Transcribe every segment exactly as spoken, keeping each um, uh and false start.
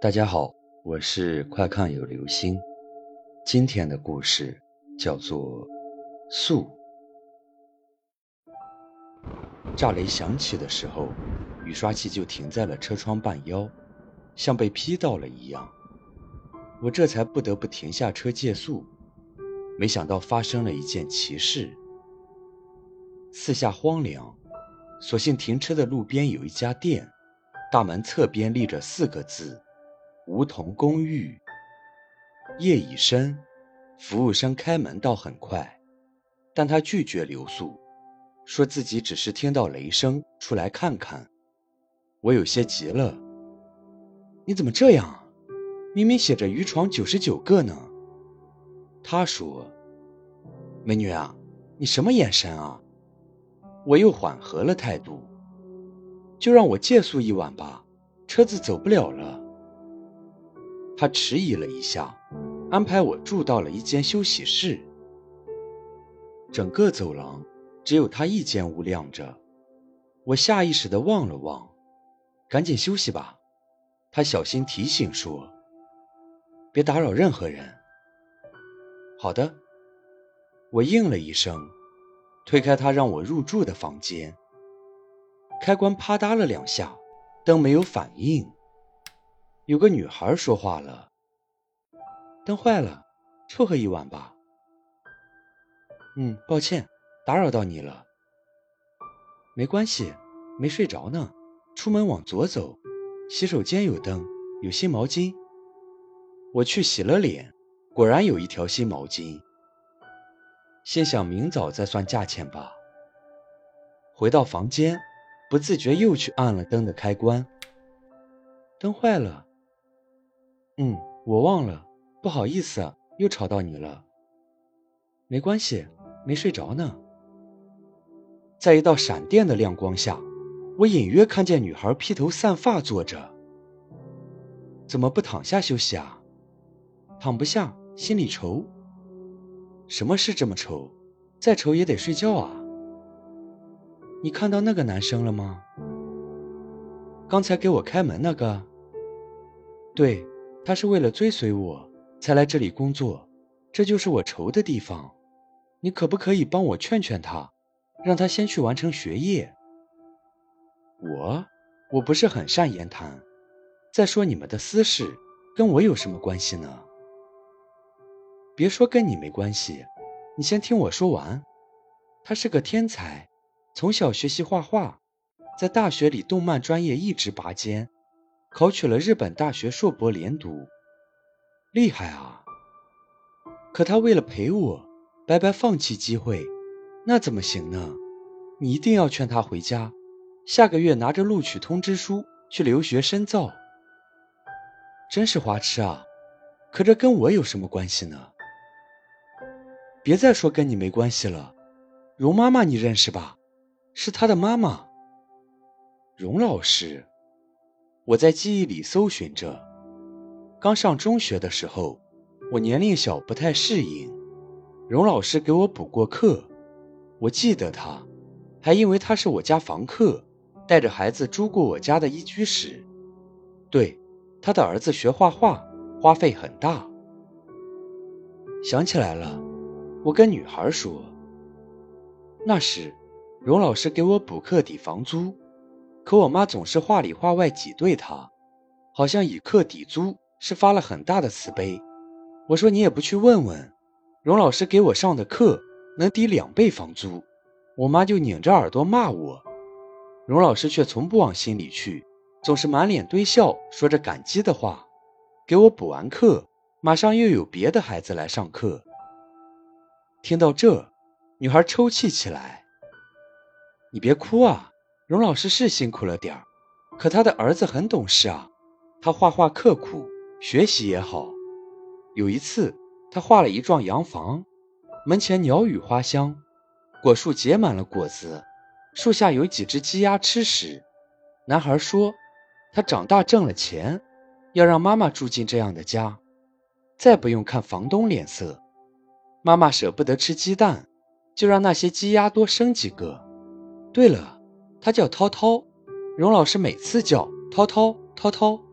大家好，我是快看有流星。今天的故事叫做素。炸雷响起的时候，雨刷器就停在了车窗半腰，像被劈到了一样。我这才不得不停下车借宿。没想到发生了一件奇事。四下荒凉，所幸停车的路边有一家店，大门侧边立着四个字：梧桐公寓。夜已深，服务生开门倒很快，但他拒绝留宿，说自己只是听到雷声出来看看。我有些急了，你怎么这样？明明写着渔床九十九个呢。他说，美女啊，你什么眼神啊？我又缓和了态度，就让我借宿一晚吧，车子走不了了。他迟疑了一下，安排我住到了一间休息室。整个走廊只有他一间屋亮着，我下意识地望了望，赶紧休息吧。他小心提醒说，别打扰任何人。好的，我应了一声，推开他让我入住的房间。开关啪嗒了两下，灯没有反应。有个女孩说话了，灯坏了，凑合一晚吧。嗯，抱歉，打扰到你了。没关系，没睡着呢。出门往左走，洗手间有灯，有新毛巾。我去洗了脸，果然有一条新毛巾。心想明早再算价钱吧。回到房间，不自觉又去按了灯的开关。灯坏了。嗯，我忘了，不好意思，又吵到你了。没关系，没睡着呢。在一道闪电的亮光下，我隐约看见女孩披头散发坐着。怎么不躺下休息啊？躺不下，心里愁。什么事这么愁？再愁也得睡觉啊。你看到那个男生了吗？刚才给我开门那个？对，他是为了追随我才来这里工作，这就是我愁的地方。你可不可以帮我劝劝他，让他先去完成学业？我我不是很善言谈，再说你们的私事跟我有什么关系呢？别说跟你没关系，你先听我说完。他是个天才，从小学习画画，在大学里动漫专业一直拔尖，考取了日本大学硕博连读，厉害啊！可他为了陪我，白白放弃机会，那怎么行呢？你一定要劝他回家，下个月拿着录取通知书去留学深造。真是花痴啊！可这跟我有什么关系呢？别再说跟你没关系了，荣妈妈你认识吧？是她的妈妈。荣老师，我在记忆里搜寻着。刚上中学的时候，我年龄小不太适应，荣老师给我补过课，我记得他，还因为他是我家房客，带着孩子租过我家的一居室。对，他的儿子学画画，花费很大。想起来了，我跟女孩说，那时荣老师给我补课抵房租，可我妈总是话里话外挤兑他，好像以课抵租是发了很大的慈悲。我说你也不去问问，荣老师给我上的课能抵两倍房租，我妈就拧着耳朵骂我。荣老师却从不往心里去，总是满脸堆笑，说着感激的话。给我补完课，马上又有别的孩子来上课。听到这，女孩抽泣起来。你别哭啊，荣老师是辛苦了点儿，可他的儿子很懂事啊，他画画刻苦，学习也好。有一次，他画了一幢洋房，门前鸟语花香，果树结满了果子，树下有几只鸡鸭吃食。男孩说，他长大挣了钱，要让妈妈住进这样的家，再不用看房东脸色。妈妈舍不得吃鸡蛋，就让那些鸡鸭多生几个。对了，他叫涛涛，荣老师每次叫涛涛涛涛。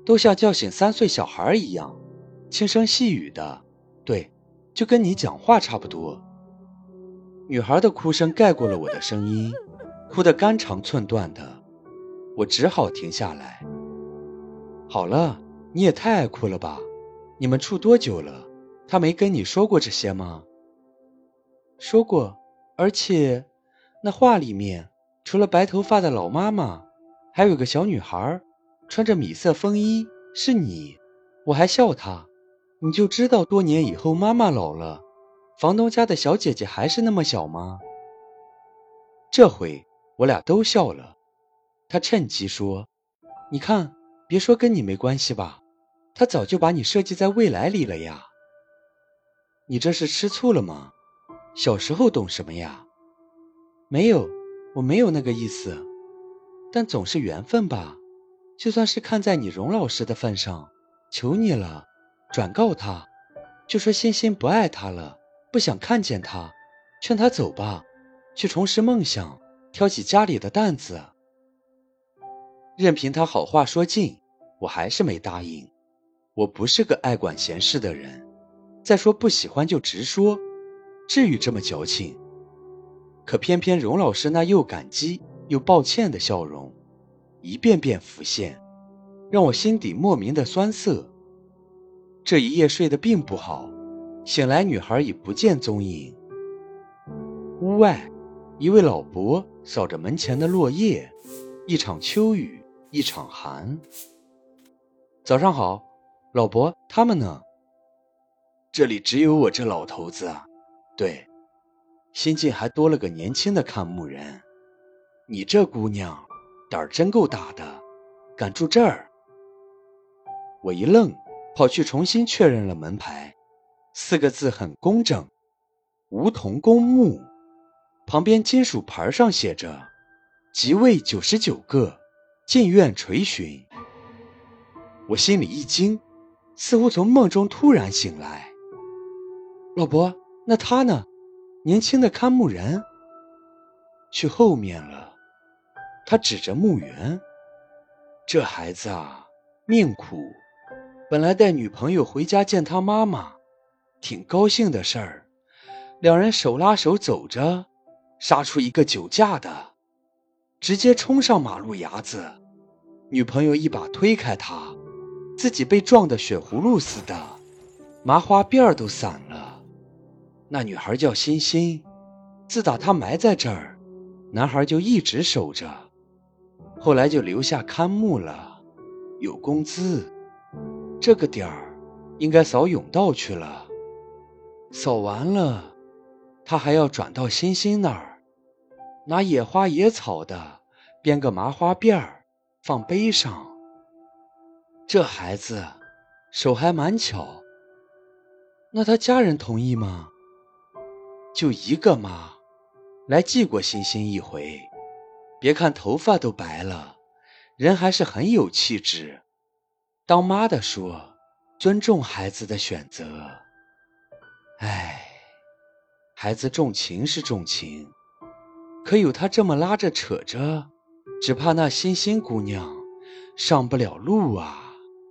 都像叫醒三岁小孩一样，轻声细语的，对，就跟你讲话差不多。女孩的哭声盖过了我的声音，哭得肝肠寸断的，我只好停下来。好了，你也太爱哭了吧？你们处多久了？他没跟你说过这些吗？说过，而且那画里面除了白头发的老妈妈，还有个小女孩，穿着米色风衣，是你。我还笑她，你就知道多年以后妈妈老了，房东家的小姐姐还是那么小吗？这回我俩都笑了。他趁机说，你看，别说跟你没关系吧，他早就把你设计在未来里了呀。你这是吃醋了吗？小时候懂什么呀？没有，我没有那个意思，但总是缘分吧。就算是看在你荣老师的份上，求你了，转告他，就说欣欣不爱他了，不想看见他，劝他走吧，去重拾梦想，挑起家里的担子。任凭他好话说尽，我还是没答应。我不是个爱管闲事的人，再说不喜欢就直说，至于这么矫情？可偏偏荣老师那又感激又抱歉的笑容一遍遍浮现，让我心底莫名的酸涩。这一夜睡得并不好，醒来女孩已不见踪影。屋外，一位老伯扫着门前的落叶，一场秋雨一场寒。早上好，老伯，他们呢？这里只有我这老头子啊。对，新近还多了个年轻的看墓人。你这姑娘胆儿真够大的，敢住这儿。我一愣，跑去重新确认了门牌，四个字很工整，梧桐公墓。旁边金属牌上写着即位九十九个，进院垂询。我心里一惊，似乎从梦中突然醒来。老伯，那他呢？年轻的看墓人去后面了。他指着墓园，这孩子啊，命苦。本来带女朋友回家见他妈妈，挺高兴的事儿。两人手拉手走着，杀出一个酒驾的，直接冲上马路牙子。女朋友一把推开他，自己被撞得血葫芦似的，麻花辫都散了。那女孩叫欣欣，自打她埋在这儿，男孩就一直守着，后来就留下看墓了，有工资。这个点儿应该扫甬道去了，扫完了，他还要转到欣欣那儿，拿野花野草的编个麻花辫儿放碑上。这孩子手还蛮巧。那他家人同意吗？就一个妈，来祭过欣欣一回，别看头发都白了，人还是很有气质。当妈的说，尊重孩子的选择。唉，孩子重情是重情，可有他这么拉着扯着，只怕那欣欣姑娘上不了路啊。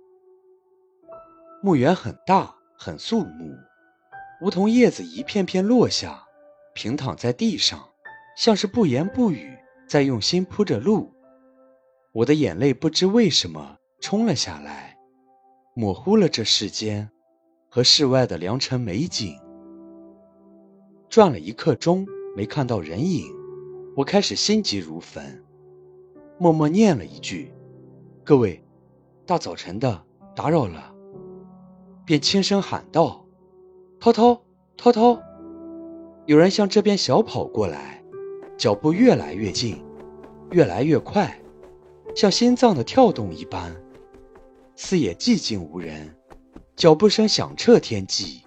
墓园很大，很肃穆，梧桐叶子一片片落下，平躺在地上，像是不言不语，在用心铺着路。我的眼泪不知为什么冲了下来，模糊了这世间和世外的良辰美景。转了一刻钟，没看到人影，我开始心急如焚，默默念了一句：各位，大早晨的打扰了，便轻声喊道：涛涛，涛涛。有人向这边小跑过来，脚步越来越近，越来越快，像心脏的跳动一般。四野寂静无人，脚步声响彻天际。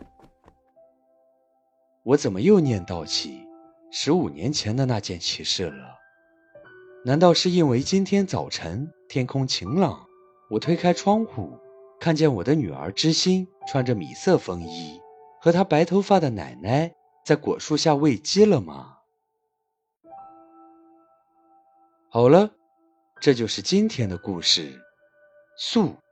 我怎么又念叨起十五年前的那件奇事了？难道是因为今天早晨天空晴朗，我推开窗户，看见我的女儿知心穿着米色风衣，和她白头发的奶奶在果树下喂鸡了吗？好了，这就是今天的故事，素。